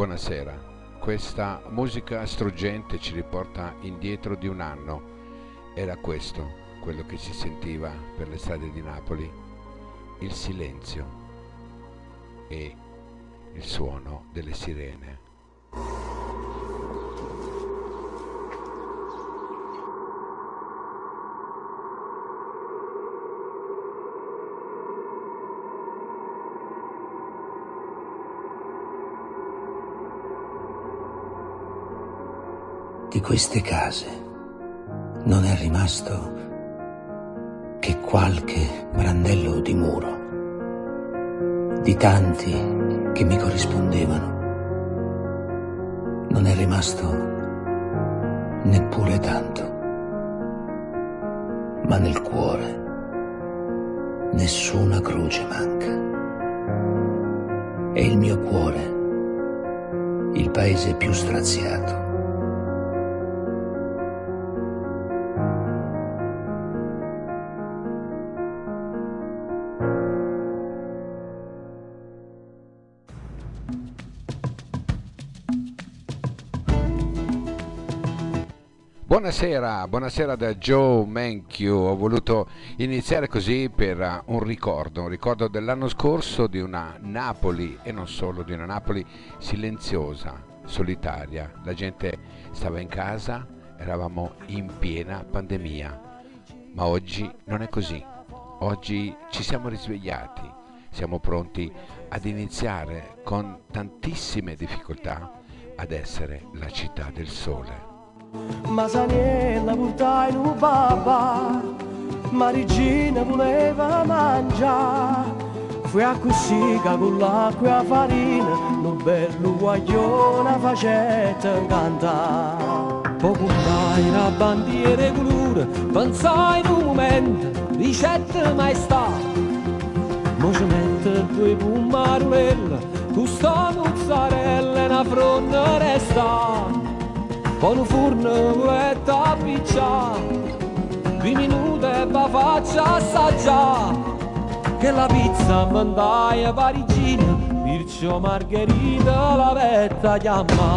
buonasera. Questa musica struggente ci riporta indietro di un anno. Era questo quello che si sentiva per le strade di Napoli: il silenzio e il suono delle sirene. Di queste case non è rimasto che qualche brandello di muro, di tanti che mi corrispondevano. Non è rimasto neppure tanto, ma nel cuore nessuna croce manca. E il mio cuore, il paese più straziato. Buonasera da Joe Manchiu. Ho voluto iniziare così per un ricordo dell'anno scorso di una Napoli, e non solo, di una Napoli silenziosa, solitaria. La gente stava in casa, eravamo in piena pandemia, ma oggi non è così. Oggi ci siamo risvegliati, siamo pronti ad iniziare con tantissime difficoltà ad essere la città del sole. Masaniella portai un babà, ma regina voleva mangiare. Fui a cussica con l'acqua e la farina, un bello guaglione facette cantare. Poi portai la bandiera e colore, pensai in un momento, ricette maestà. Mo ci mette due pumarulelle, con sta mozzarella e una fronda resta. Poi un forno volete appicciare, 2 minuti e va faccia assaggiare, che la pizza mandai a Parigina, perciò Margherita la vetta chiama.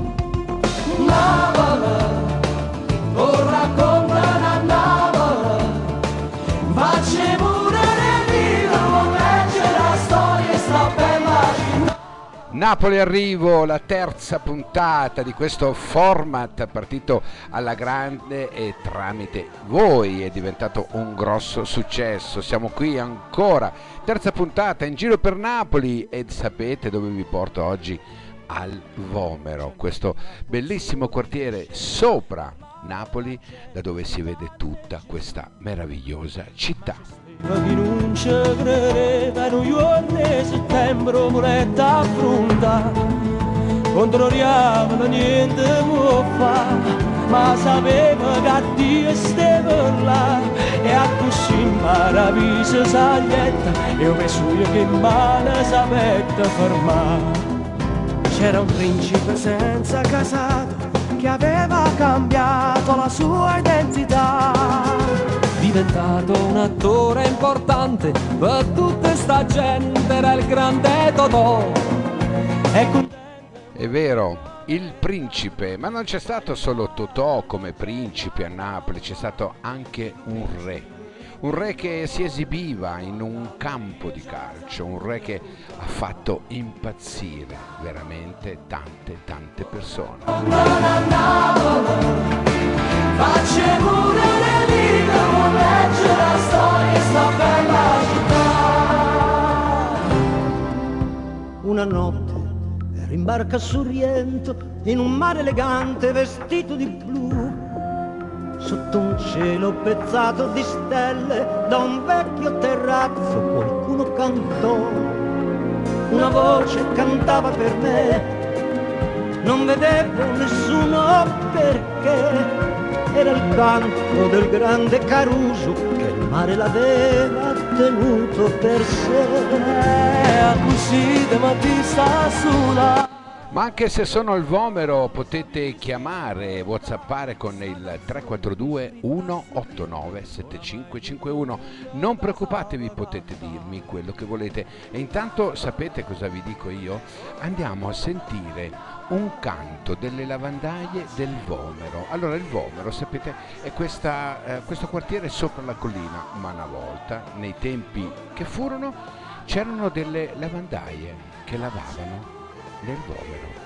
Napoli, o racconta a Napoli, facci pure le vita, come c'è la storia e sta bella città. Napoli Arrivo, la terza puntata di questo format partito alla grande e tramite voi è diventato un grosso successo. Siamo qui ancora, terza puntata in giro per Napoli, e sapete dove vi porto oggi? Al Vomero, questo bellissimo quartiere sopra Napoli, da dove si vede tutta questa meravigliosa città. Ma chi non ci credeva in un giorno di settembre voletta affronta, controlliamo niente può fare, ma sapeva che Dio stava là, e a così maraviglia saglietta, e io penso che male sapete fermare. C'era un principe senza casato, che aveva cambiato la sua identità, diventato un attore importante, per tutta sta gente era il grande Totò. È vero, il principe, ma non c'è stato solo Totò come principe a Napoli, c'è stato anche un re che si esibiva in un campo di calcio, un re che ha fatto impazzire veramente tante persone. Facci pure le vite, come c'è la storia, sta bella città. Una notte ero in barca a Sorrento, in un mare elegante vestito di blu, sotto un cielo pezzato di stelle, da un vecchio terrazzo qualcuno cantò. Una voce cantava per me, non vedevo nessuno perché. Era il canto del grande Caruso, che il mare l'aveva tenuto per sé. A così de mattina sta sola. Ma anche se sono il Vomero potete chiamare, whatsappare con il 342 189 7551. Non preoccupatevi, potete dirmi quello che volete. E intanto sapete cosa vi dico io? Andiamo a sentire un canto delle lavandaie del Vomero. Allora il Vomero, sapete, è questo quartiere sopra la collina, ma una volta, nei tempi che furono, c'erano delle lavandaie che lavavano nel Vomero.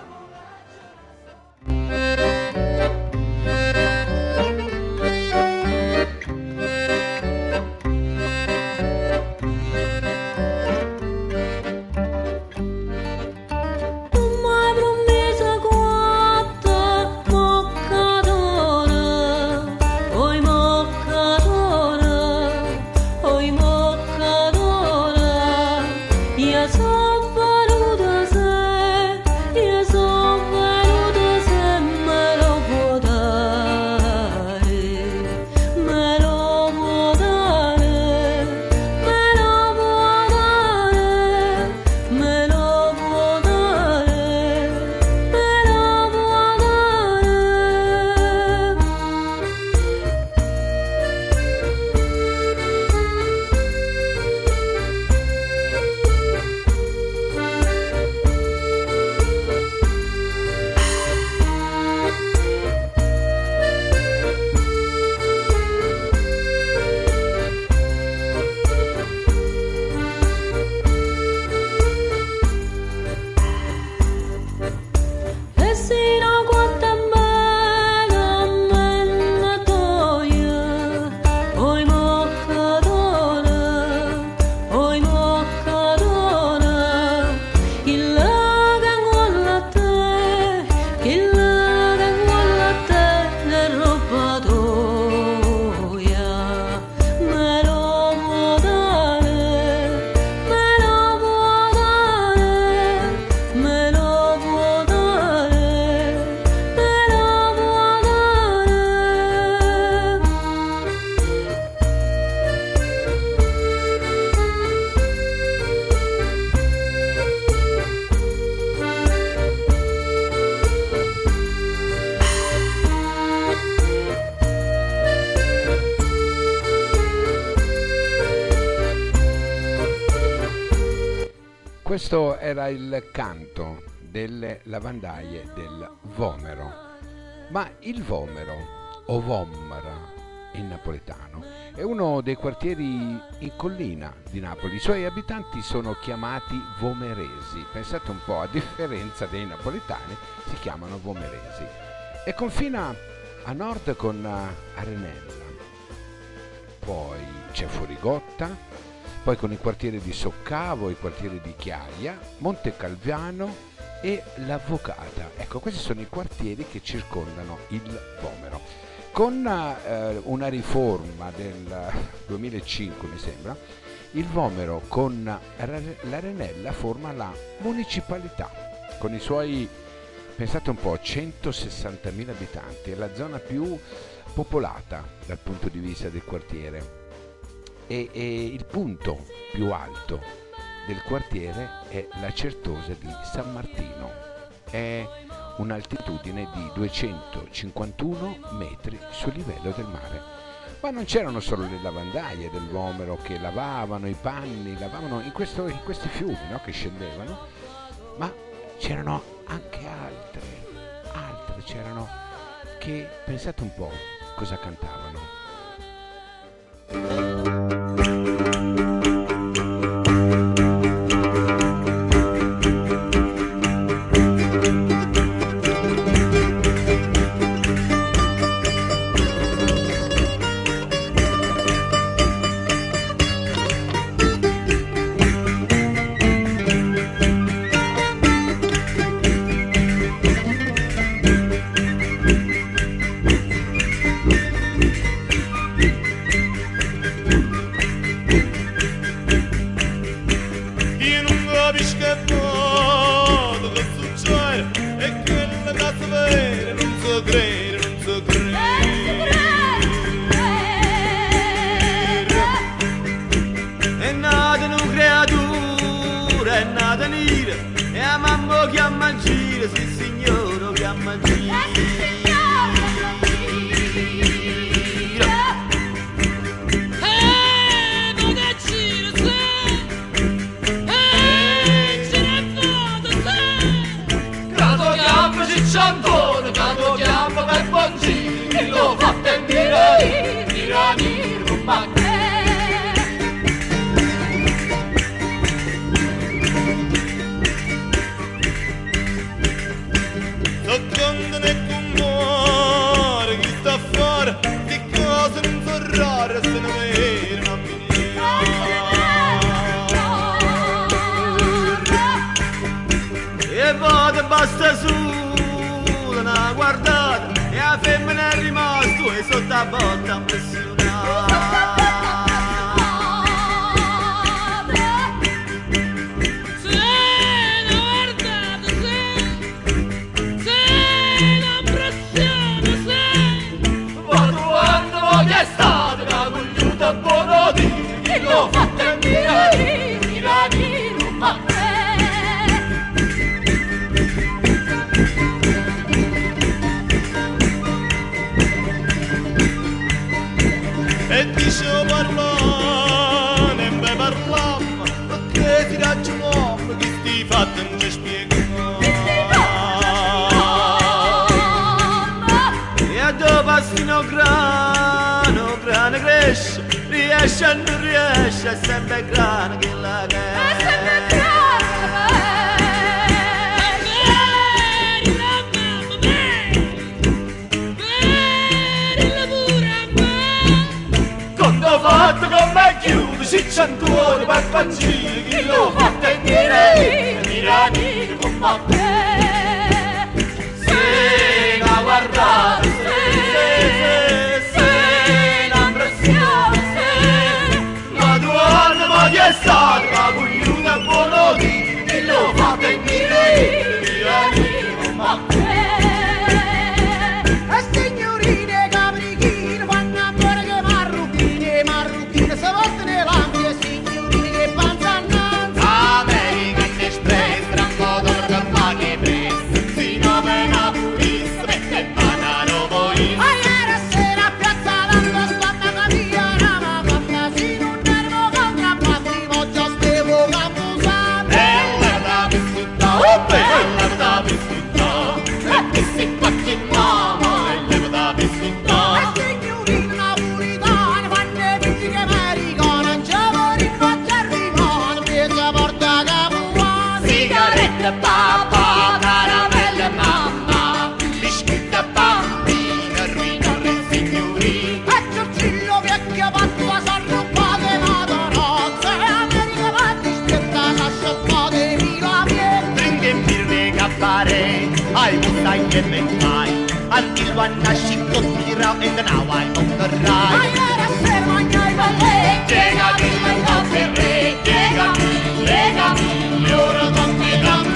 Questo era il canto delle lavandaie del Vomero. Ma il Vomero, o Vomera in napoletano, è uno dei quartieri in collina di Napoli. I suoi abitanti sono chiamati vomeresi. Pensate un po', a differenza dei napoletani, si chiamano vomeresi. E confina a nord con Arenella, poi c'è Forigotta, poi con i quartieri di Soccavo, i quartieri di Chiaia, Montecalviano e l'Avvocata. Ecco, questi sono i quartieri che circondano il Vomero. Con una riforma del 2005, mi sembra, il Vomero con l'Arenella forma la municipalità, con i suoi, pensate un po', 160.000 abitanti. È la zona più popolata dal punto di vista del quartiere. E il punto più alto del quartiere è la Certosa di San Martino. È un'altitudine di 251 metri sul livello del mare. Ma non c'erano solo le lavandaie del Vomero che lavavano i panni, lavavano in questi fiumi, no, che scendevano, ma c'erano anche altre c'erano, che, pensate un po' cosa cantavano. È nata nera e a mamma chiama in giro Quando chiamo per buongi, chi lo fa tendere, tirani, rumba toccando nel cuore, chi sta a fare, che cosa non so raro, se non vede una milione. E vado e basta su una guardata e la femmina è rimasto e sotto a botta impressionata. Se la guardata, se la impressione, se vado quando voglio è stata una cogliuta buona di chi lo fa terminare, tirani, rumba. E dicevo parlare, e me parlammo, perché ti ragioniamo, che sti fatti non ci spiegano. E dopo passino grano cresce, riesce e non riesce, è sempre grano che la che è. Fatto con me chiudo, si centuone per pancini, chi lo fa tenere, tirani con me. Se la guardate, se la impressione, ma tu anno ma chi è stato, ma cogliuta buono di, chi lo fa tenere, tirani con me. Papà, caramelle mamma, bischietta bambina, ruina le signorine. E Giorgillo vecchio patto s'arrubbate la donozza, e America patti stetta lasciate mila piedi. Drink e birre caffare, ai mustai e mentai, al il vanna sciccotira e the now I on the ride. Ai era se magnai valle, piegami le cose re, piegami, ora non ti danno.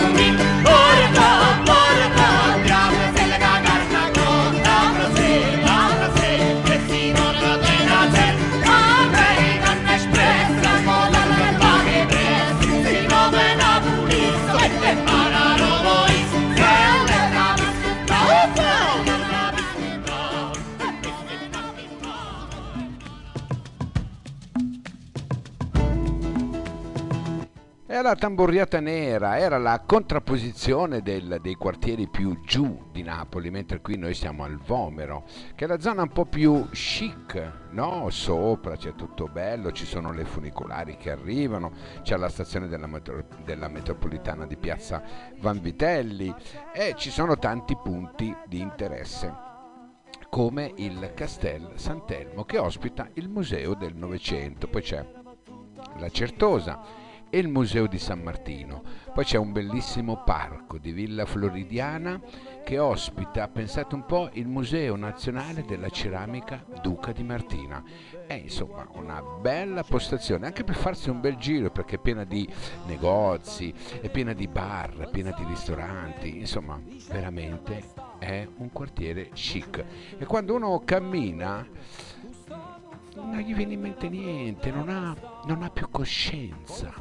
Era la tamburiata nera, era la contrapposizione dei quartieri più giù di Napoli, mentre qui noi siamo al Vomero, che è la zona un po' più chic, no? Sopra c'è tutto bello, ci sono le funicolari che arrivano, c'è la stazione della metropolitana di Piazza Vanvitelli e ci sono tanti punti di interesse, come il Castel Sant'Elmo che ospita il Museo del Novecento, poi c'è la Certosa e il Museo di San Martino, poi c'è un bellissimo parco di Villa Floridiana che ospita, pensate un po', il Museo Nazionale della Ceramica Duca di Martina. È insomma una bella postazione anche per farsi un bel giro, perché è piena di negozi, è piena di bar, è piena di ristoranti, insomma veramente è un quartiere chic, e quando uno cammina non gli viene in mente niente, non ha più coscienza.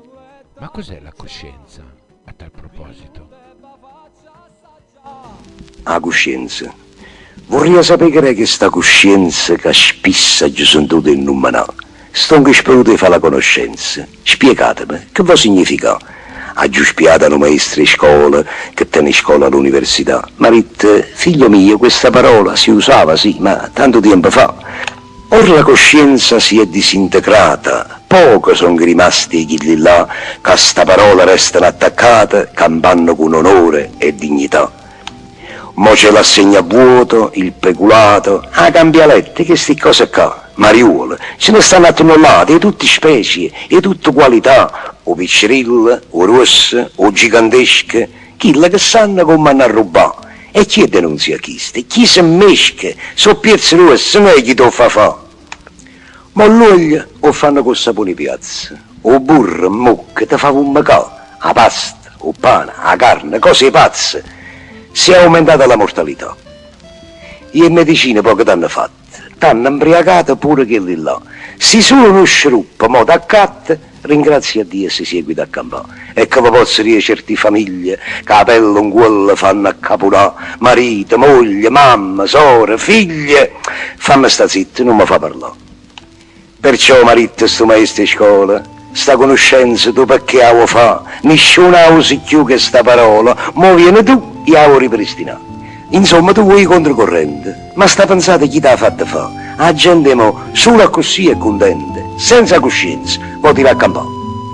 Ma cos'è la coscienza a tal proposito? la coscienza. Vorrei sapere che sta coscienza che spissa ci sono tutte in un manà. Sto che spero fa la conoscenza. Spiegatemi, che vuol significa? Ha giù spiata un maestro in scuola, che tiene in scuola all'università. Ma dite, figlio mio, questa parola si usava, sì, ma tanto tempo fa. Or la coscienza si è disintegrata, poco sono rimasti quelli là, che a sta parola restano attaccate, campando con onore e dignità. Mo c'è l'assegna vuoto, il peculato, a cambialette, che sti cose qua, mariuole, ce ne stanno attunnellate, di tutte specie, di tutte qualità, o piccerille, o rosse, o gigantesche, quelle che sanno come hanno a rubare. E chi denunzia chisti? Chi si mesca? So piezze rosse, non è chi te fa fa. Ma l'olio o fanno con sapone piazza, o burro, mucche, te fa un macà, a pasta, o pane, a carne, cose pazze. Si è aumentata la mortalità. Le medicine poco t'hanno fatte, t'hanno imbriacato pure quelli là. Si sono uno sciroppo, mo d'accatte, ringrazia a Dio si seguita a campare. E che vi posso dire certe famiglie, che la pelle in quello fanno a caponà, marito, moglie, mamma, sorelle, figlie, fammi sta zitta, non mi fa parlare. Perciò marito sto maestro di scuola, sta conoscenza tu perché la vuoi fa, nessuno la usi più che sta parola, mo vieni tu e la vuoi ripristinare. Insomma tu vuoi controcorrente, ma sta pensate chi t'ha fatta fa? La gente mo solo così è contenta, senza coscienza, può tirare a campare.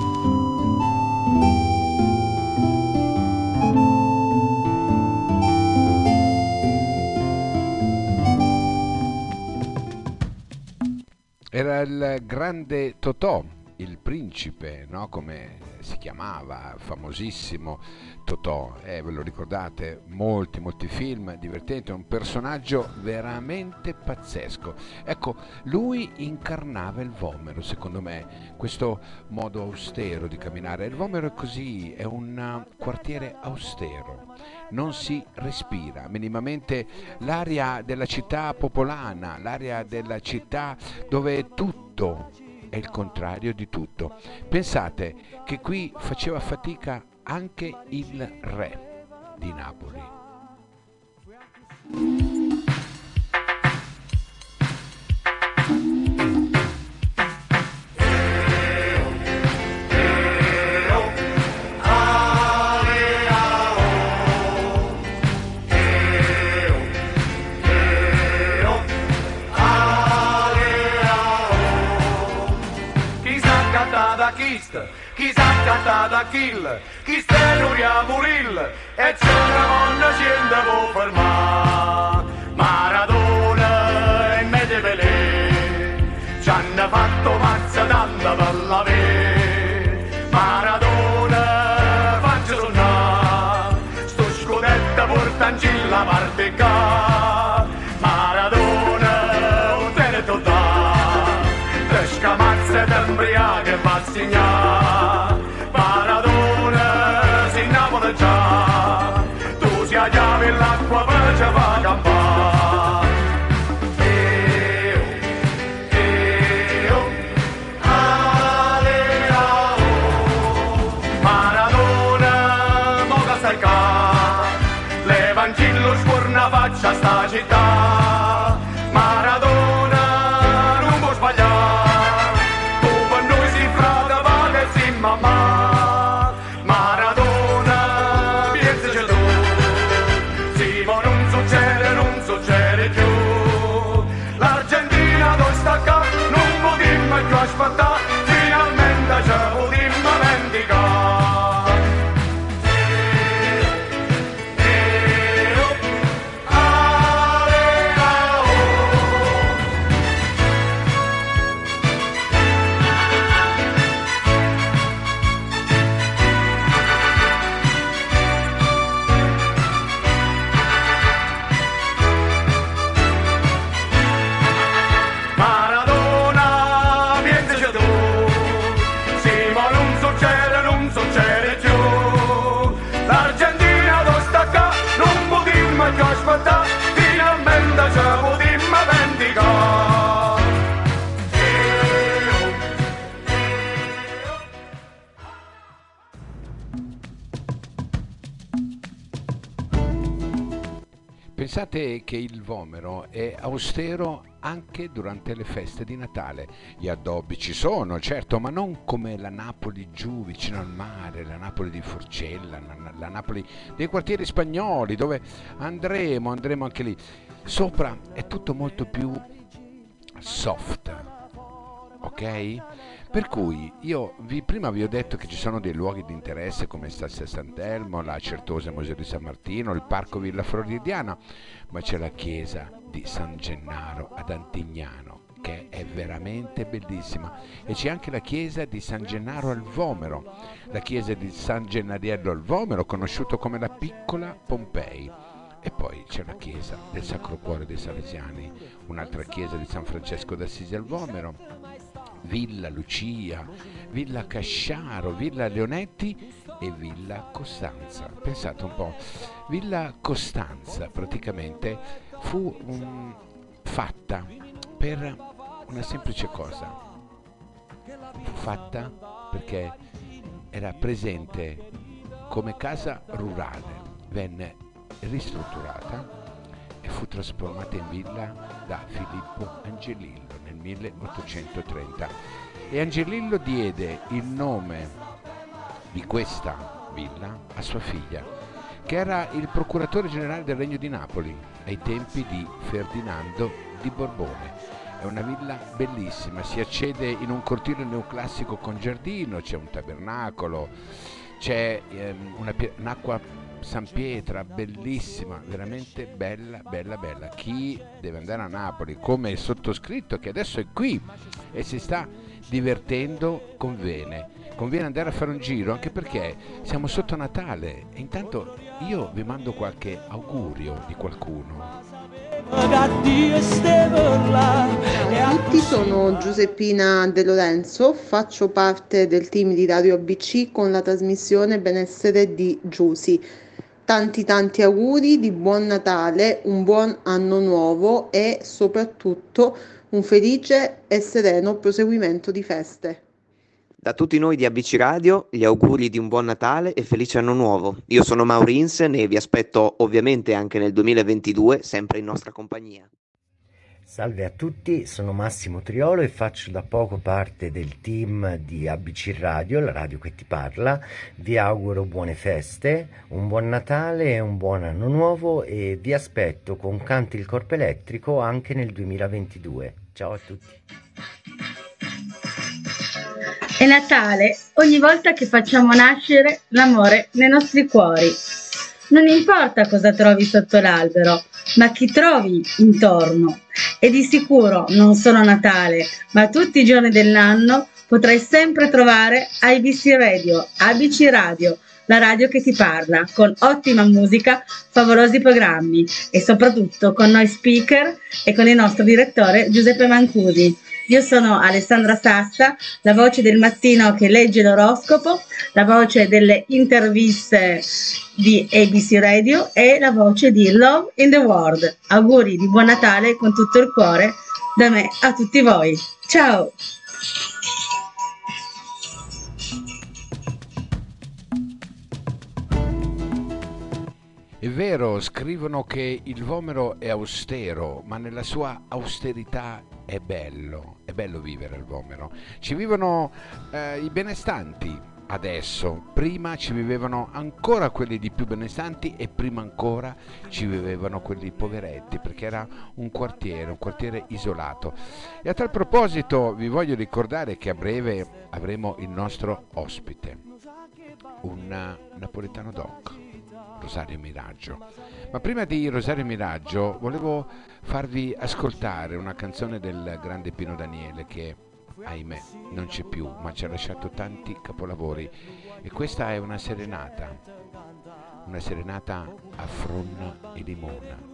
Era il grande Totò, il principe, no? Come si chiamava, famosissimo Totò, ve lo ricordate? Molti film divertenti, un personaggio veramente pazzesco. Ecco, lui incarnava il Vomero, secondo me, questo modo austero di camminare. Il Vomero è così, è un quartiere austero, non si respira minimamente l'aria della città popolana, l'aria della città dove tutto è il contrario di tutto. Pensate che qui faceva fatica anche il re di Napoli. Chi sa cantata kill, chi sta nuriamo lil, e c'è una monna gente può fermare. Maradona e Medevele ci hanno fatto mazza tanta per la ve. Maradona faccio suonare, sto scudetto portancilla parte ca. Maradona un teneto da, te scamazze t'embriache e va a segnare. Maradona si innamora già, tu si aggiavi l'acqua per ci fa campare. Ale, oh. Maradona, mo che stai qua, l'Evangelo scorna faccia sta città. Maradona non può sbagliare, tu per noi si frate vale si mamma. Maradona pensaci tu, sì ma non succede più. L'Argentina dove sta qua non potremmo più aspettare, finalmente ci potremmo vendicare. Ale, Pensate che il Vomero è austero anche durante le feste di Natale. Gli addobbi ci sono, certo, ma non come la Napoli giù vicino al mare, la Napoli di Forcella, la Napoli dei quartieri spagnoli, dove andremo anche lì. Sopra è tutto molto più soft, ok? Per cui io prima vi ho detto che ci sono dei luoghi di interesse come Stassia Sant'Elmo, la Certosa Museo di San Martino, il Parco Villa Floridiana, ma c'è la chiesa di San Gennaro ad Antignano, che è veramente bellissima, e c'è anche la chiesa di San Gennaro al Vomero, la chiesa di San Gennariello al Vomero, conosciuto come la piccola Pompei. E poi c'è la chiesa del Sacro Cuore dei Salesiani, un'altra chiesa di San Francesco d'Assisi al Vomero, Villa Lucia, Villa Casciaro, Villa Leonetti e Villa Costanza. Pensate un po', Villa Costanza praticamente fu fatta per una semplice cosa. Fu fatta perché era presente come casa rurale, venne ristrutturata e fu trasformata in villa da Filippo Angelillo nel 1830, e Angelillo diede il nome di questa villa a sua figlia, che era il procuratore generale del Regno di Napoli ai tempi di Ferdinando di Borbone. È una villa bellissima, si accede in un cortile neoclassico con giardino, c'è un tabernacolo, c'è un'acqua San Pietra, bellissima, veramente bella, bella, bella. Chi deve andare a Napoli, come il sottoscritto che adesso è qui e si sta divertendo, conviene andare a fare un giro, anche perché siamo sotto Natale e intanto io vi mando qualche augurio di qualcuno. Ciao a tutti, sono Giuseppina De Lorenzo, faccio parte del team di Radio ABC con la trasmissione Benessere di Giusy. Tanti auguri di buon Natale, un buon anno nuovo e soprattutto un felice e sereno proseguimento di feste. Da tutti noi di ABC Radio, gli auguri di un buon Natale e felice anno nuovo. Io sono Maurinsen e vi aspetto ovviamente anche nel 2022, sempre in nostra compagnia. Salve a tutti, sono Massimo Triolo e faccio da poco parte del team di ABC Radio, la radio che ti parla. Vi auguro buone feste, un buon Natale e un buon anno nuovo e vi aspetto con Canti il Corpo Elettrico anche nel 2022. Ciao a tutti. È Natale ogni volta che facciamo nascere l'amore nei nostri cuori. Non importa cosa trovi sotto l'albero, ma chi trovi intorno. E di sicuro non solo a Natale, ma tutti i giorni dell'anno potrai sempre trovare ABC Radio, la radio che ti parla, con ottima musica, favolosi programmi e soprattutto con noi speaker e con il nostro direttore Giuseppe Mancusi. Io sono Alessandra Sassa, la voce del mattino che legge l'oroscopo, la voce delle interviste di ABC Radio e la voce di Love in the World. Auguri di buon Natale con tutto il cuore da me a tutti voi. Ciao! È vero, scrivono che il Vomero è austero, ma nella sua austerità è bello vivere al Vomero. Ci vivono i benestanti adesso, prima ci vivevano ancora quelli di più benestanti e prima ancora ci vivevano quelli poveretti, perché era un quartiere isolato. E a tal proposito vi voglio ricordare che a breve avremo il nostro ospite, un napoletano doc, Rosario Miraggio. Ma prima di Rosario Miraggio volevo farvi ascoltare una canzone del grande Pino Daniele che, ahimè, non c'è più, ma ci ha lasciato tanti capolavori, e questa è una serenata a Fronna e Limona.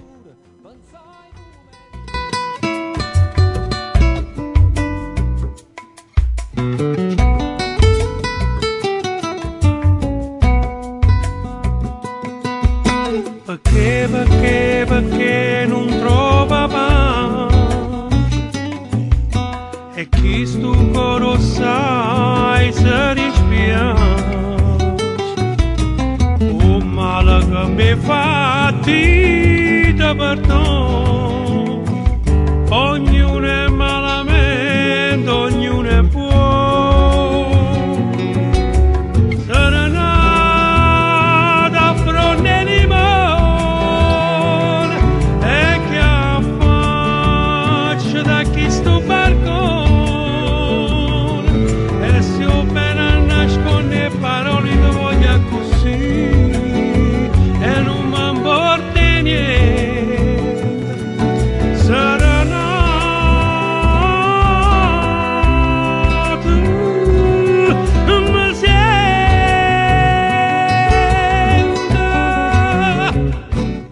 Perché non trova pace e chi stu coro sai se dispiace, oh male che mi fatti da chiede perdono, ognuno è malamente, ognuno è buono. Serenata fronte limone e che affaccia da chi sto barcone e se ho bene nasconde parole di voglia così e non mi importa niente. Serenata mi sento.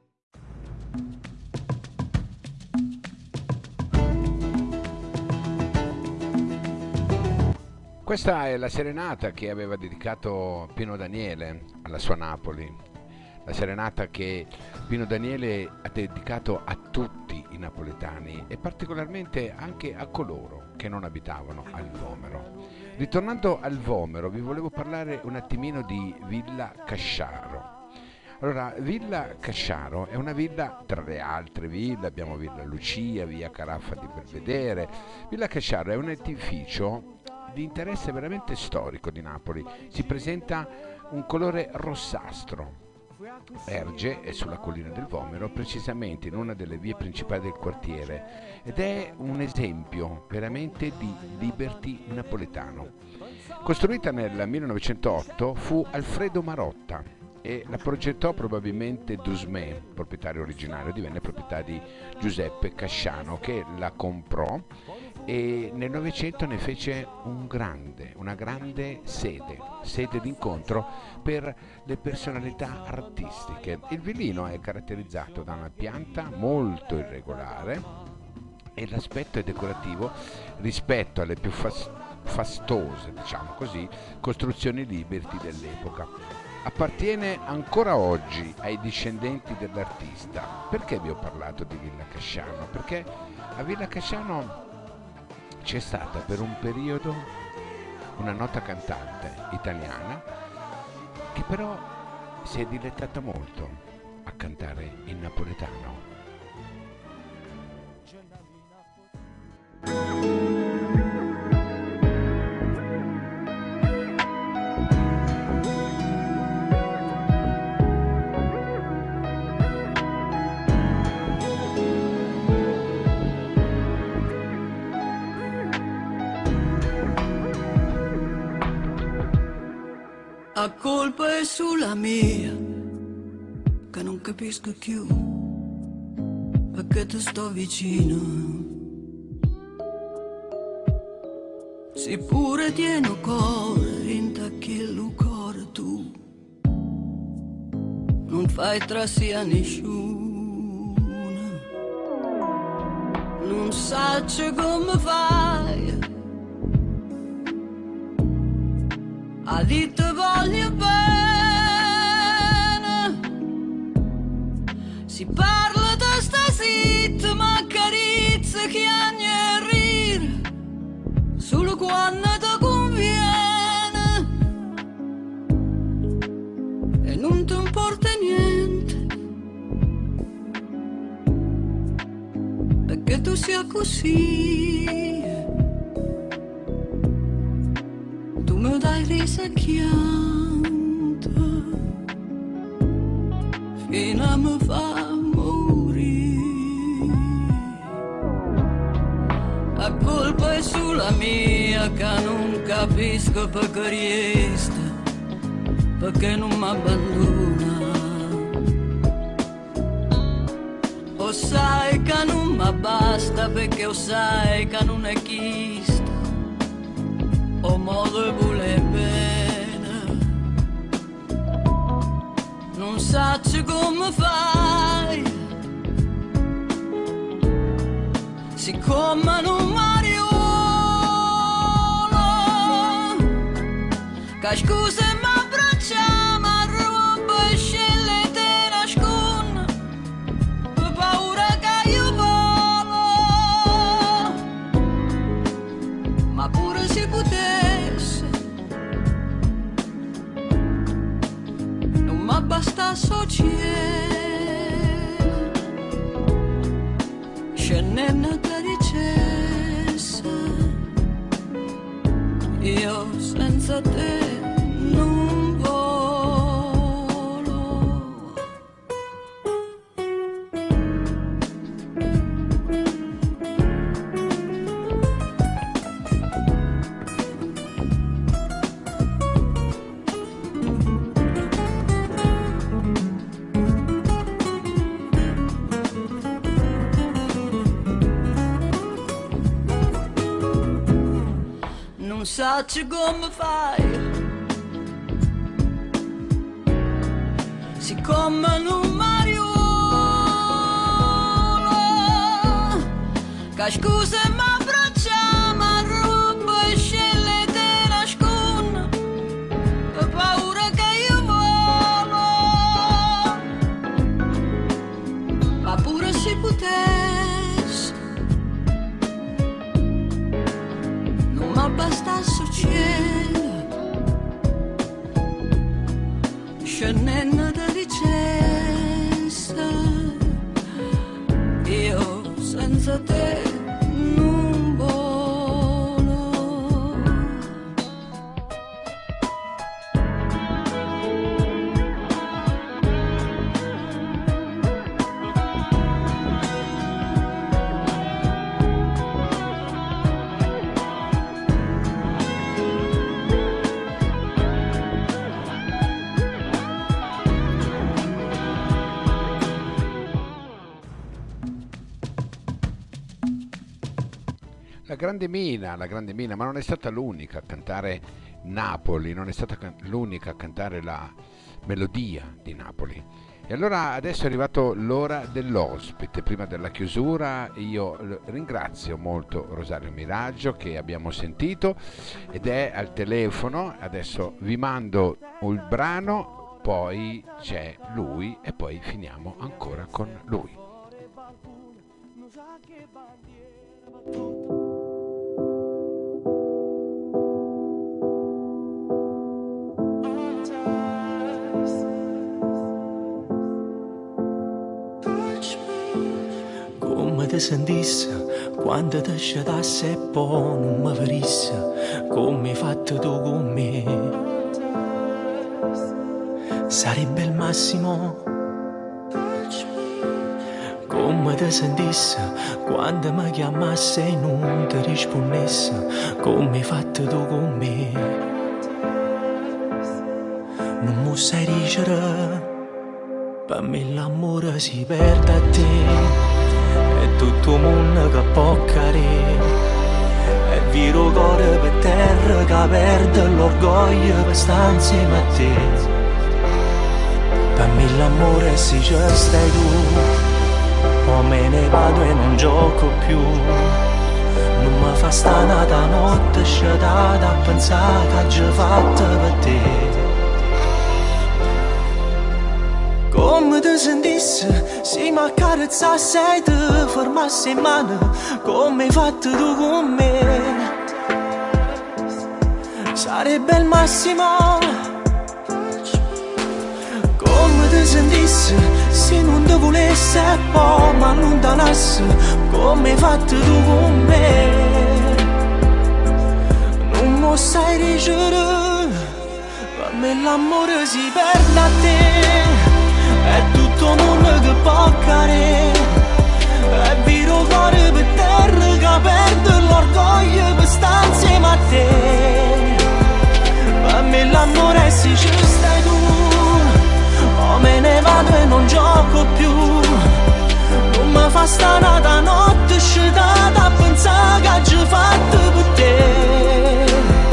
Questa è la serenata che aveva dedicato Pino Daniele alla sua Napoli, la serenata che Pino Daniele ha dedicato a tutti i napoletani e particolarmente anche a coloro che non abitavano al Vomero. Ritornando al Vomero, vi volevo parlare un attimino di Villa Casciaro. Allora, Villa Casciaro è una villa tra le altre ville, abbiamo Villa Lucia, via Caraffa di Belvedere. Villa Casciaro è un edificio di interesse veramente storico di Napoli, si presenta un colore rossastro, erge è sulla collina del Vomero, precisamente in una delle vie principali del quartiere, ed è un esempio veramente di liberty napoletano. Costruita nel 1908 fu Alfredo Marotta e la progettò probabilmente Dusmé, proprietario originario, divenne proprietà di Giuseppe Casciano che la comprò e nel Novecento ne fece una grande sede d'incontro per le personalità artistiche. Il villino è caratterizzato da una pianta molto irregolare e l'aspetto è decorativo rispetto alle più fastose, diciamo così, costruzioni liberty dell'epoca. Appartiene ancora oggi ai discendenti dell'artista. Perché vi ho parlato di Villa Casciano? Perché a Villa Casciano c'è stata per un periodo una nota cantante italiana che però si è dilettata molto a cantare in napoletano. La colpa è sulla mia, che non capisco più perché ti sto vicino. Sicure tieno cuore, intacchillo cuore tu, non fai trassi a nessuno. Non saccio come fai a di te voglio bene, si parla da sta zitta ma carizza che anni e rire solo quando ti conviene e non ti importa niente perché tu sia così. Mi dai risa chianta fino a mi fa morire. La colpa è sulla mia che non capisco perché riesco, perché non mi abbandona. O sai che non mi basta perché o sai che non è chista o modo vuole bene. Non saccio come fai, siccome non mariolo, che scusa mi abbracciamo a roba e scelle te nasconde per paura che io volo, ma pure si potesse non mi basta cielo scenenna caricessa, io senza te non volo. Non sacci come fai, siccome non mariuolo, che scusa ma abbracciamo a rubo e scelle te nascondo, per paura che io volo, ma pure si potesse, non m'abbasta succede, scenenna delicessa, io senza te non volo. La Grande Mina, ma non è stata l'unica a cantare Napoli, non è stata l'unica a cantare la melodia di Napoli. E allora adesso è arrivato l'ora dell'ospite. Prima della chiusura io ringrazio molto Rosario Miraggio che abbiamo sentito ed è al telefono. Adesso vi mando il brano, poi c'è lui e poi finiamo ancora con lui. Come ti sentisse quando ti scedasse e poi non mi ferisse, come hai fatto tu con me. Sarebbe il massimo. Come ti sentisse quando mi chiamasse e non ti rispondesse, come hai fatto tu con me. Non mi sai dicere, per me l'amore si perde a te. È tutto il mondo che può cadere, è vero cuore per terra che perde l'orgoglio per stare insieme a te. Per me l'amore se ci stai tu, o me ne vado e non gioco più. Non mi fa sta nata notte sciatata a pensare che già fatta per te. Come ti sentisse se mi accarezzasse e ti fermasse in mano, come hai fatto tu con me. Sarebbe il massimo. Come ti sentisse se non ti volesse e poi mi allontanasse, come hai fatto tu con me. Non mi sai dicere, per me l'amore si perde a te. È tutto il mondo che può cadere, è vero cuore per terra che perde l'orgoglio per stare insieme a te. Per me l'amore è se ci stai tu, o me ne vado e non gioco più. Non mi fa sta nata notte sciatata a pensare che ha già fatto per te.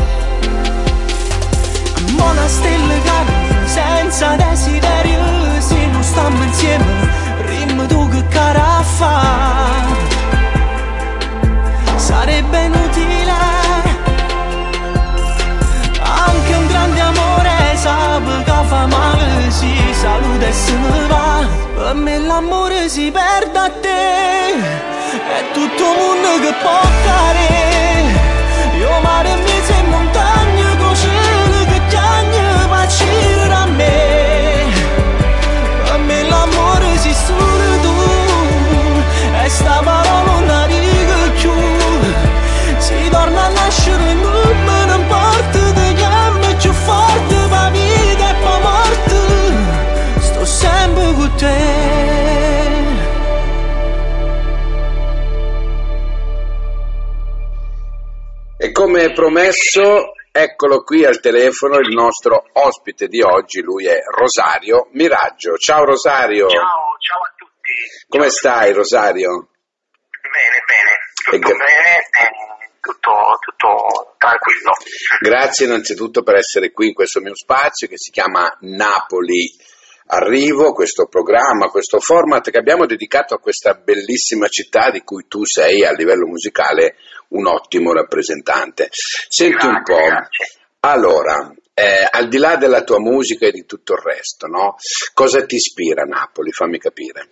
Buona stella cade senza desiderio, se non stiamo insieme, rimma tu che cara fa. Sarebbe inutile, anche un grande amore sa che fa male, si saluta e se ne va. Per me l'amore si perde a te, è tutto il mondo che può cadere. Io mare e mese e montagne con cielo che chiagna pacire a me. Per me l'amore si solo tu, e sta parola promesso, eccolo qui al telefono il nostro ospite di oggi, lui è Rosario Miraggio. Ciao Rosario. Ciao a tutti. Come stai Rosario? Bene, tutto bene, tutto tranquillo. Grazie innanzitutto per essere qui in questo mio spazio che si chiama Napoli Arrivo, questo programma, questo format che abbiamo dedicato a questa bellissima città di cui tu sei a livello musicale un ottimo rappresentante. Senti un po', allora, al di là della tua musica e di tutto il resto, no? Cosa ti ispira a Napoli? Fammi capire.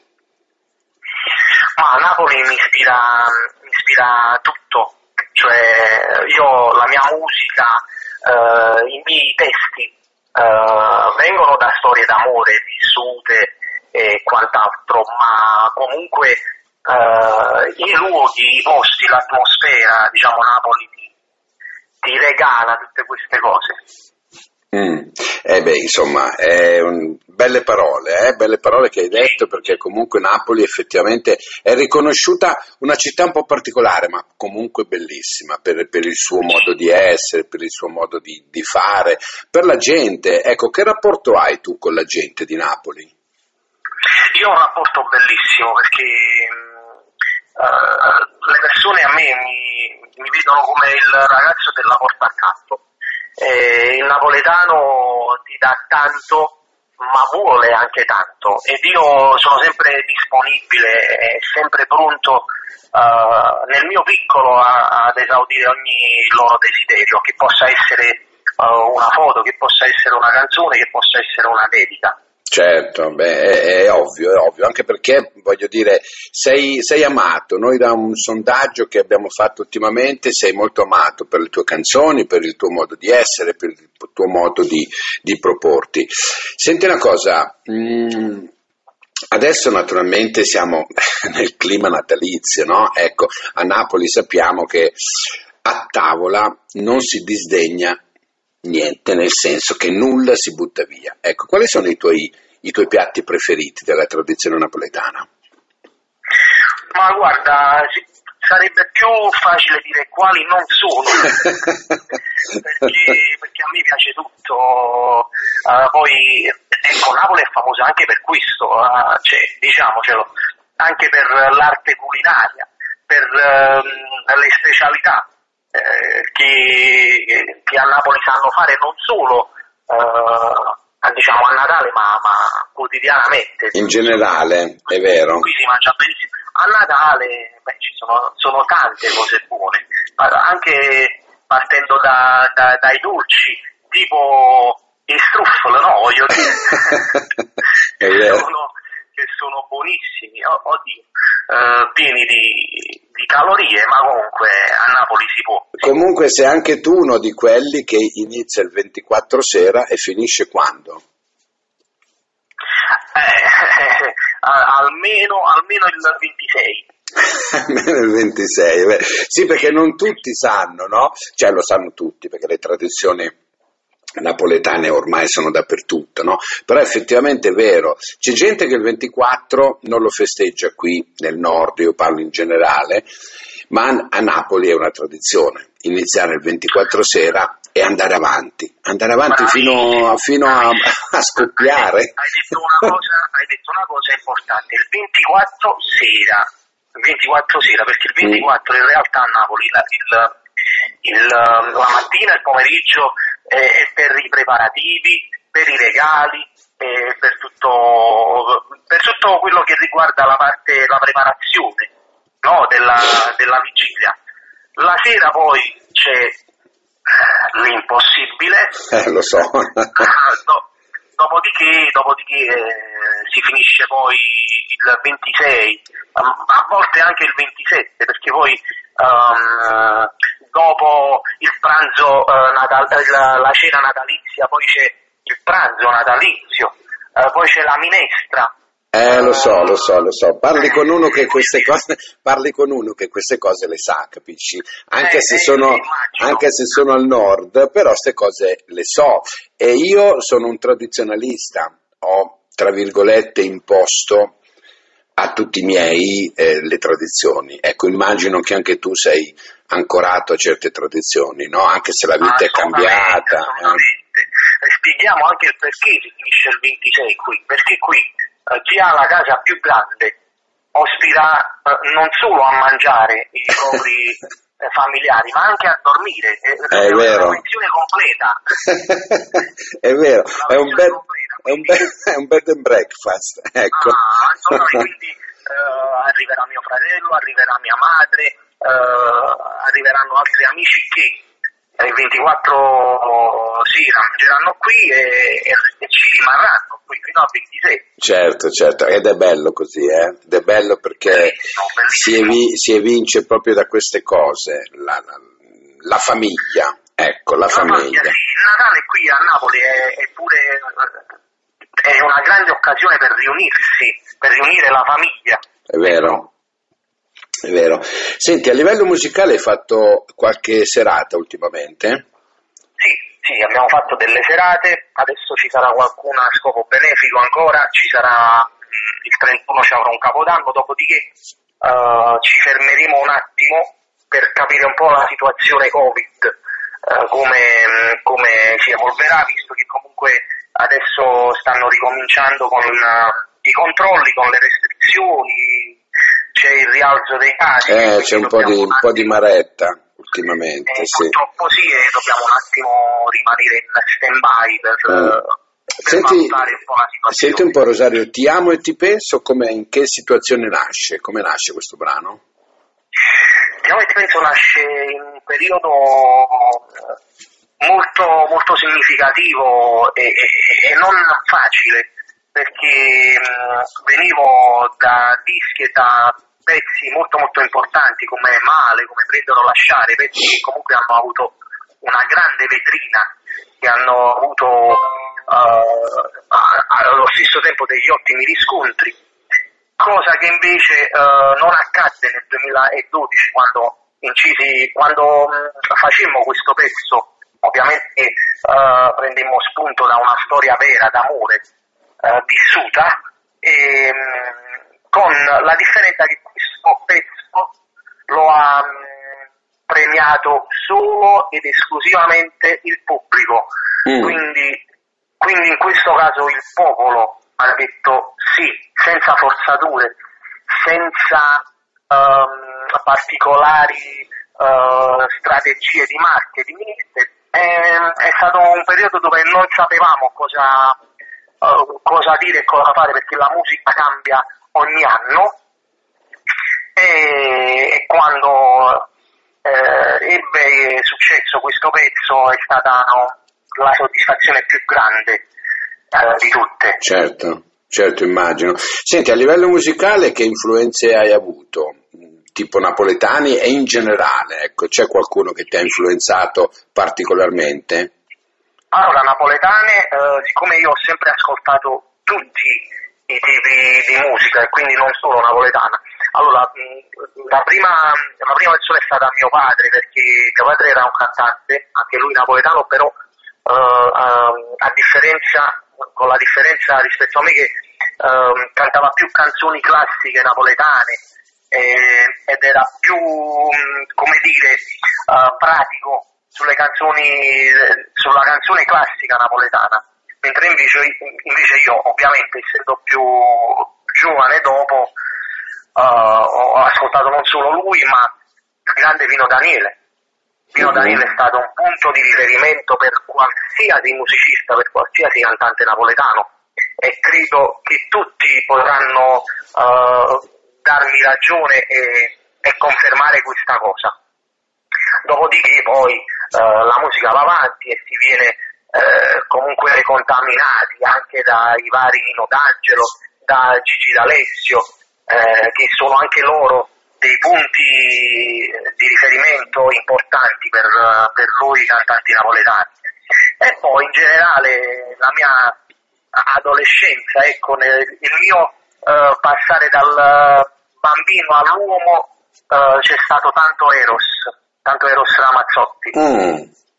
Ma Napoli mi ispira tutto, cioè io la mia musica, i miei testi vengono da storie d'amore vissute e quant'altro, ma comunque i luoghi, i posti, l'atmosfera, diciamo Napoli ti regala tutte queste cose. Insomma, belle parole che hai detto, perché comunque Napoli effettivamente è riconosciuta una città un po' particolare, ma comunque bellissima per il suo modo di essere, per il suo modo di fare, per la gente. Ecco, che rapporto hai tu con la gente di Napoli? Io ho un rapporto bellissimo perché le persone a me mi vedono come il ragazzo della porta accanto. Il napoletano ti dà tanto, ma vuole anche tanto, ed io sono sempre disponibile e sempre pronto nel mio piccolo ad esaudire ogni loro desiderio, che possa essere una foto, che possa essere una canzone, che possa essere una dedica. Certo, è ovvio, anche perché, voglio dire, sei amato. Noi da un sondaggio che abbiamo fatto ultimamente sei molto amato per le tue canzoni, per il tuo modo di essere, per il tuo modo di proporti. Senti una cosa, adesso naturalmente siamo nel clima natalizio, no? Ecco, a Napoli sappiamo che a tavola non si disdegna niente, nel senso che nulla si butta via. Ecco, quali sono i tuoi piatti preferiti della tradizione napoletana? Ma guarda, sarebbe più facile dire quali non sono, perché a me piace tutto. Poi, ecco, Napoli è famosa anche per questo, cioè, diciamocelo, anche per l'arte culinaria, per le specialità che a Napoli sanno fare, non solo diciamo a Natale, ma quotidianamente. In generale, è vero. Qui si mangia benissimo. A Natale ci sono tante cose buone, anche partendo dai dolci, tipo i struffoli, no? Voglio dire. Che sono buonissimi, pieni di calorie, ma comunque a Napoli si può. Comunque sei anche tu uno di quelli che inizia il 24 sera e finisce quando? Almeno il 26. Almeno il 26, beh. Sì, perché non tutti sanno, no? Cioè lo sanno tutti, perché le tradizioni napoletane ormai sono dappertutto, no? Però effettivamente è vero, c'è gente che il 24 non lo festeggia qui nel nord, io parlo in generale, ma a Napoli è una tradizione, iniziare il 24 sera e andare avanti fino a scoppiare. Hai detto una cosa importante, il 24 sera, perché il 24 in realtà a Napoli la mattina, il pomeriggio è per i preparativi, per i regali, per tutto quello che riguarda la preparazione, no, della vigilia. La sera poi c'è l'impossibile. Lo so. Dopodiché si finisce poi il 26, a volte anche il 27, perché poi dopo il pranzo la cena natalizia, poi c'è il pranzo natalizio, poi c'è la minestra. Lo so. Parli con uno che queste cose le sa, capisci? Anche se sono al nord, però queste cose le so. E io sono un tradizionalista, ho, tra virgolette, imposto a tutti i miei le tradizioni. Ecco, immagino che anche tu sei ancorato a certe tradizioni, no? Anche se la vita è cambiata. Spieghiamo anche il perché si finisce il 26 qui, perché qui chi ha la casa più grande ospita non solo a mangiare i propri familiari, ma anche a dormire. È vero. Una pensione completa. È vero, è un bed and breakfast, ecco. Quindi arriverà mio fratello, arriverà mia madre, arriveranno altri amici che il 24 mangeranno qui e ci rimarranno qui fino al 26. Certo, ed è bello così, ed è bello perché si evince proprio da queste cose, la famiglia, ecco, la famiglia. Sì. Il Natale qui a Napoli è una grande occasione per riunirsi, per riunire la famiglia. È vero. Senti, a livello musicale hai fatto qualche serata ultimamente? Sì, abbiamo fatto delle serate, adesso ci sarà qualcuna a scopo benefico ancora, ci sarà il 31 ci avrà un capodanno, dopodiché ci fermeremo un attimo per capire un po' la situazione Covid, come si evolverà, visto che comunque adesso stanno ricominciando con i controlli, con le restrizioni, c'è il rialzo dei casi. C'è un po' di maretta ultimamente, sì. Purtroppo sì, e dobbiamo un attimo rimanere in stand-by per valutare un po' la situazione. Senti un po', Rosario, Ti amo e ti penso, in che situazione nasce? Come nasce questo brano? Ti amo e ti penso nasce in un periodo molto, molto significativo e non facile, perché venivo da dischi e da pezzi molto molto importanti come Male, come Prendere o Lasciare, pezzi che comunque hanno avuto una grande vetrina, che hanno avuto allo stesso tempo degli ottimi riscontri, cosa che invece non accadde nel 2012 quando facemmo questo pezzo. Ovviamente prendemmo spunto da una storia vera d'amore vissuta, e con la differenza che questo pezzo lo ha premiato solo ed esclusivamente il pubblico, quindi in questo caso il popolo ha detto sì, senza forzature, senza particolari strategie di marketing. È stato un periodo dove non sapevamo cosa dire e cosa fare, perché la musica cambia ogni anno, e quando ebbe successo questo pezzo è stata la soddisfazione più grande di tutte. Certo, immagino. Senti, a livello musicale che influenze hai avuto? Tipo napoletani e in generale, ecco, c'è qualcuno che ti ha influenzato particolarmente? Allora, napoletane, siccome io ho sempre ascoltato tutti i tipi di musica e quindi non solo napoletana, allora la prima persona è stata mio padre, perché mio padre era un cantante, anche lui napoletano, però con la differenza rispetto a me che cantava più canzoni classiche napoletane, ed era più, pratico sulla canzone classica napoletana, mentre invece io, ovviamente, essendo più giovane dopo, ho ascoltato non solo lui, ma il grande Pino Daniele. Pino Daniele è stato un punto di riferimento per qualsiasi musicista, per qualsiasi cantante napoletano, e credo che tutti potranno darmi ragione e confermare questa cosa. Dopodiché poi la musica va avanti e si viene comunque contaminati anche dai vari Nino D'Angelo, da Gigi D'Alessio, che sono anche loro dei punti di riferimento importanti per noi cantanti napoletani. E poi in generale la mia adolescenza, ecco, il mio passare dal bambino all'uomo, c'è stato tanto Eros Ramazzotti.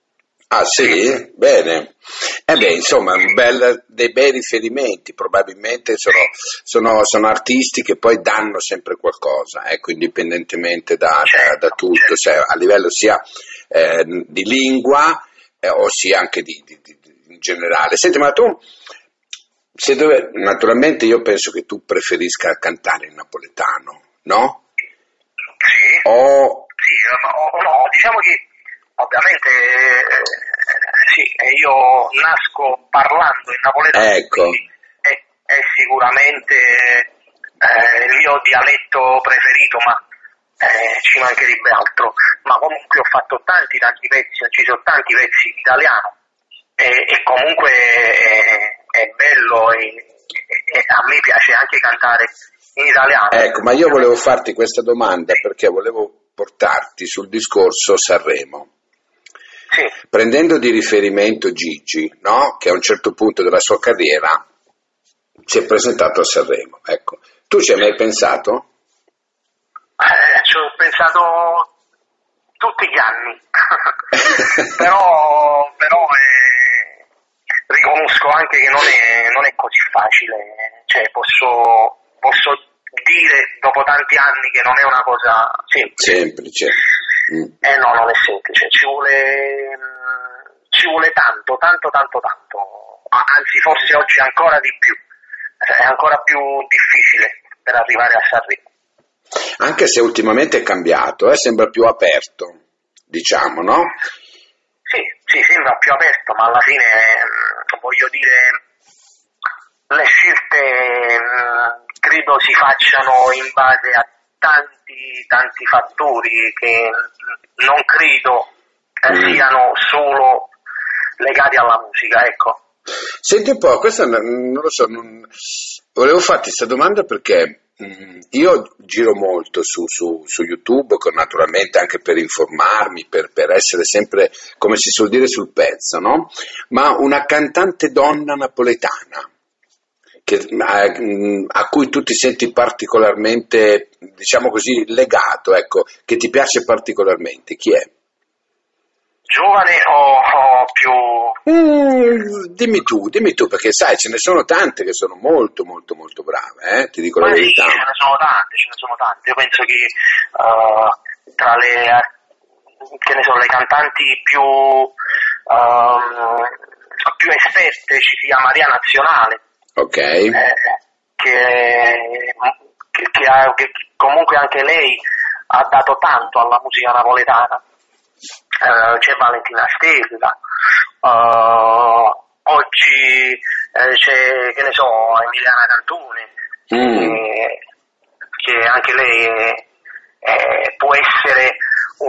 Ah sì? Bene. Insomma, dei bei riferimenti, probabilmente sono artisti che poi danno sempre qualcosa, ecco, indipendentemente da tutto, cioè, a livello sia di lingua o sia anche in generale. Senti, ma tu, naturalmente io penso che tu preferisca cantare in napoletano, no? Sì. Sì, no, diciamo che ovviamente sì, io nasco parlando in napoletano, ecco. È sicuramente il mio dialetto preferito, ma ci mancherebbe altro. Ma comunque ho fatto tanti pezzi, ci sono tanti pezzi in italiano e comunque è bello e a me piace anche cantare in italiano. Ecco, ma io volevo farti questa domanda perché volevo portarti sul discorso Sanremo. Sì. Prendendo di riferimento Gigi, no? Che a un certo punto della sua carriera si è presentato a Sanremo. Ecco, tu ci hai mai pensato? Ci ho pensato tutti gli anni, però riconosco anche che non è così facile, cioè posso dire dopo tanti anni che non è una cosa semplice. No, non è semplice, ci vuole tanto, anzi forse oggi ancora di più, è ancora più difficile per arrivare a Sanremo. Anche se ultimamente è cambiato, sembra più aperto, diciamo, no? Sì, sembra più aperto, ma alla fine, voglio dire, le scelte credo si facciano in base a tanti fattori che non credo siano solo legati alla musica, ecco. Senti un po', questa non lo so, volevo farti questa domanda perché io giro molto su YouTube, naturalmente anche per informarmi, per essere sempre, come si suol dire, sul pezzo, no? Ma una cantante donna napoletana a cui tu ti senti particolarmente, diciamo così, legato, ecco, che ti piace particolarmente, chi è? Giovane o più... Dimmi tu, perché sai, ce ne sono tante che sono molto brave, ti dico la verità. Sì, ce ne sono tante. Io penso che tra le cantanti più esperte ci sia Maria Nazionale. Ok. Che comunque anche lei ha dato tanto alla musica napoletana. C'è Valentina Stella, oggi c'è, che ne so, Emiliana Cantone, che anche lei può essere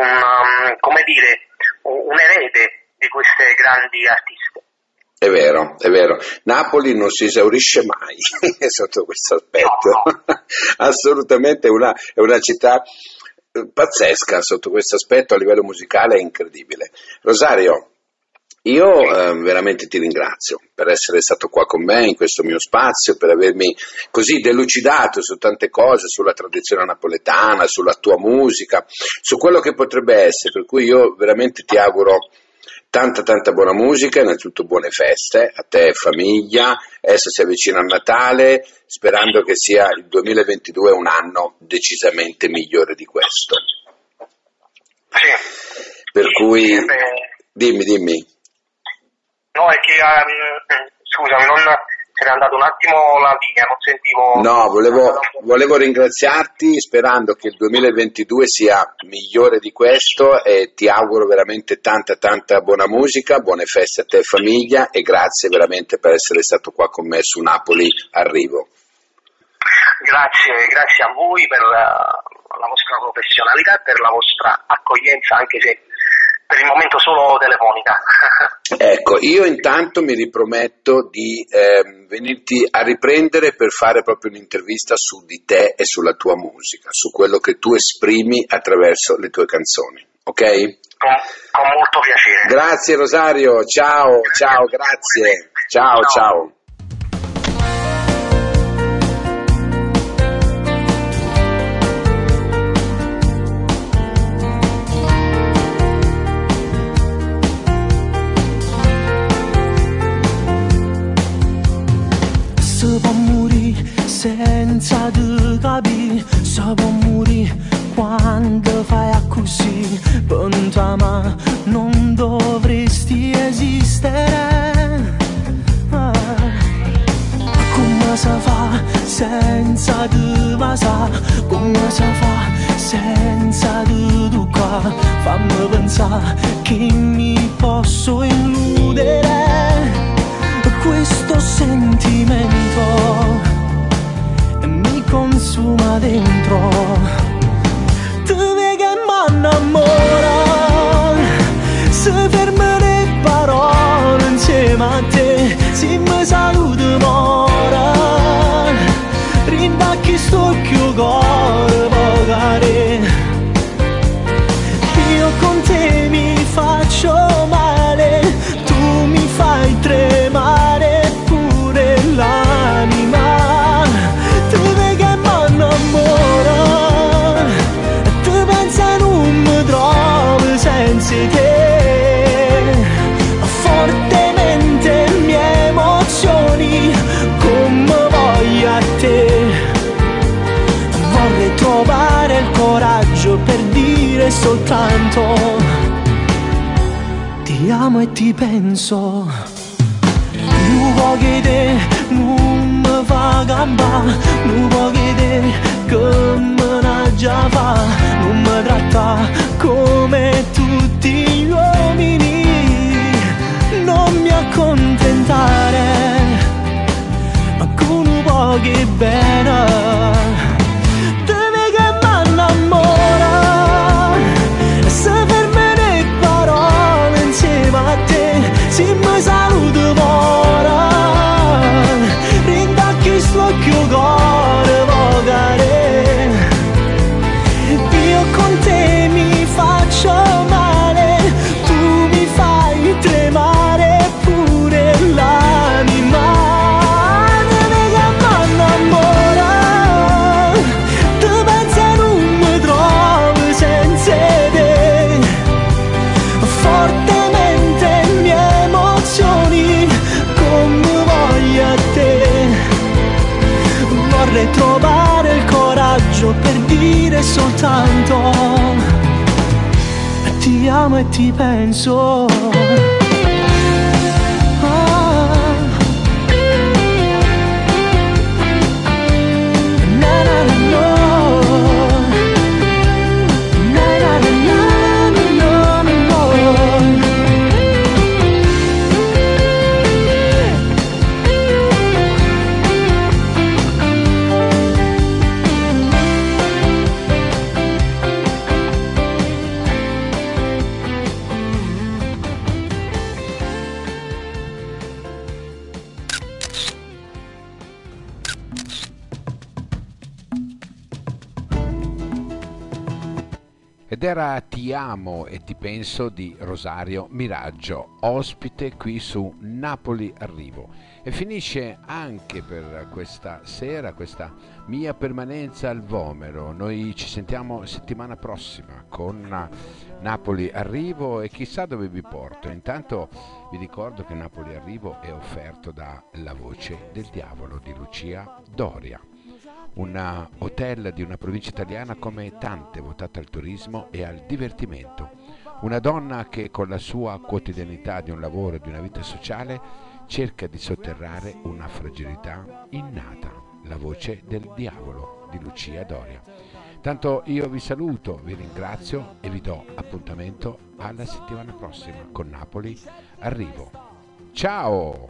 un erede di queste grandi artiste. È vero. Napoli non si esaurisce mai sotto questo aspetto. No. Assolutamente è una città pazzesca sotto questo aspetto, a livello musicale è incredibile. Rosario, io veramente ti ringrazio per essere stato qua con me in questo mio spazio, per avermi così delucidato su tante cose, sulla tradizione napoletana, sulla tua musica, su quello che potrebbe essere, per cui io veramente ti auguro tanta buona musica, innanzitutto buone feste a te e famiglia, adesso si avvicina a Natale, sperando che sia il 2022 un anno decisamente migliore di questo. Sì. Per cui, dimmi. No, è che, scusami, se n'è andato un attimo la linea, non sentivo... No, volevo ringraziarti sperando che il 2022 sia migliore di questo e ti auguro veramente tanta buona musica, buone feste a te e famiglia e grazie veramente per essere stato qua con me su Napoli Arrivo. Grazie a voi per la vostra professionalità e per la vostra accoglienza, anche se per il momento solo telefonica. Ecco, io intanto mi riprometto di venirti a riprendere per fare proprio un'intervista su di te e sulla tua musica, su quello che tu esprimi attraverso le tue canzoni, ok? Con molto piacere. Grazie Rosario, ciao, grazie, ciao. si può morire quando fai così, punta ma non dovresti esistere. Come si fa senza te va, come si fa senza te tu qua, fammi pensare che mi posso illudere questo sentimento mi consuma dentro. Tu vedi che m'annamora, se fermo le parole insieme a te, se mi saluto mora, rindacchi sto più cuore pagare. Io con te mi faccio male, tu mi fai tremare pure l'anima. Tu vedi che m'annamora, tu pensa non mi trovo senza te, fortemente mie emozioni come voglio a te. Vorrei trovare il coraggio per dire soltanto ti amo e ti penso. Non vuoi che non mi fa gamba, non vuoi che me ne già fa, non mi tratta come tutti gli uomini, non mi accontentare, ma con un po' che bene. Se mi saluto ora, rindacchi l'occhio cuore vocare. Io con te mi faccio male, tu mi fai tremare pure l'anima. Deve che m'annamora, tu pensa non mi trovo senza te, forte come voglio a te. Vorrei trovare il coraggio per dire soltanto ti amo e ti penso. Ed era Ti amo e ti penso di Rosario Miraggio, ospite qui su Napoli Arrivo. E finisce anche per questa sera questa mia permanenza al Vomero. Noi ci sentiamo settimana prossima con Napoli Arrivo e chissà dove vi porto. Intanto vi ricordo che Napoli Arrivo è offerto da La Voce del Diavolo di Lucia Doria, un hotel di una provincia italiana come tante votate al turismo e al divertimento. Una donna che con la sua quotidianità di un lavoro e di una vita sociale cerca di sotterrare una fragilità innata. La Voce del Diavolo di Lucia Doria. Tanto io vi saluto, vi ringrazio e vi do appuntamento alla settimana prossima con Napoli Arrivo. Ciao!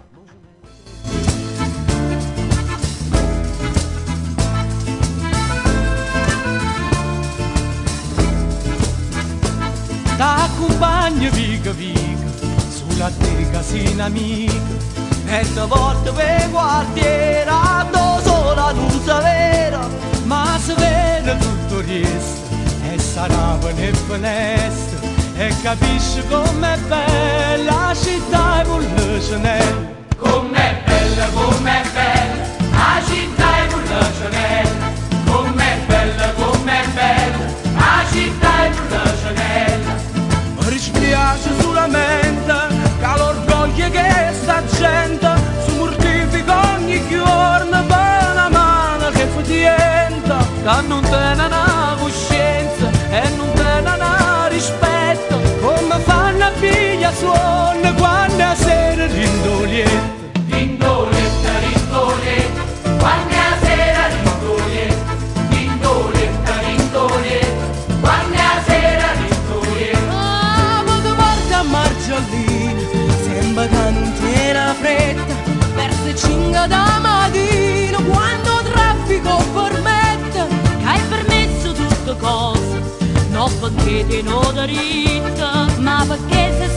T'accompagno vica vica sulla te casina amica e te porto per quartiere do sola non sapere ma se vede tutto il resto e sarà nel finestra e capisci com'è bella la città e con le Chanel. Com'è bella la città e con le Chanel. Com'è bella la città e con le Chanel. Mi dispiace solamente che l'orgoglio che sta gente si mortifica ogni giorno per una mano che fa niente. che non tenen una coscienza e non tenen una rispetto, come fanno a figlia suona quando a sera rindolietta. Rindoletta, rindoletta, quando a sera rindoletta, rindoletta, rindoletta, quando a sera rindoletta. Ah, ma che porta a Margiolina, sembra che non tiene fretta, verso 5 da mattina, quando il traffico permette, che hai permesso tutte cose, non perché ti non diritta, ma perché se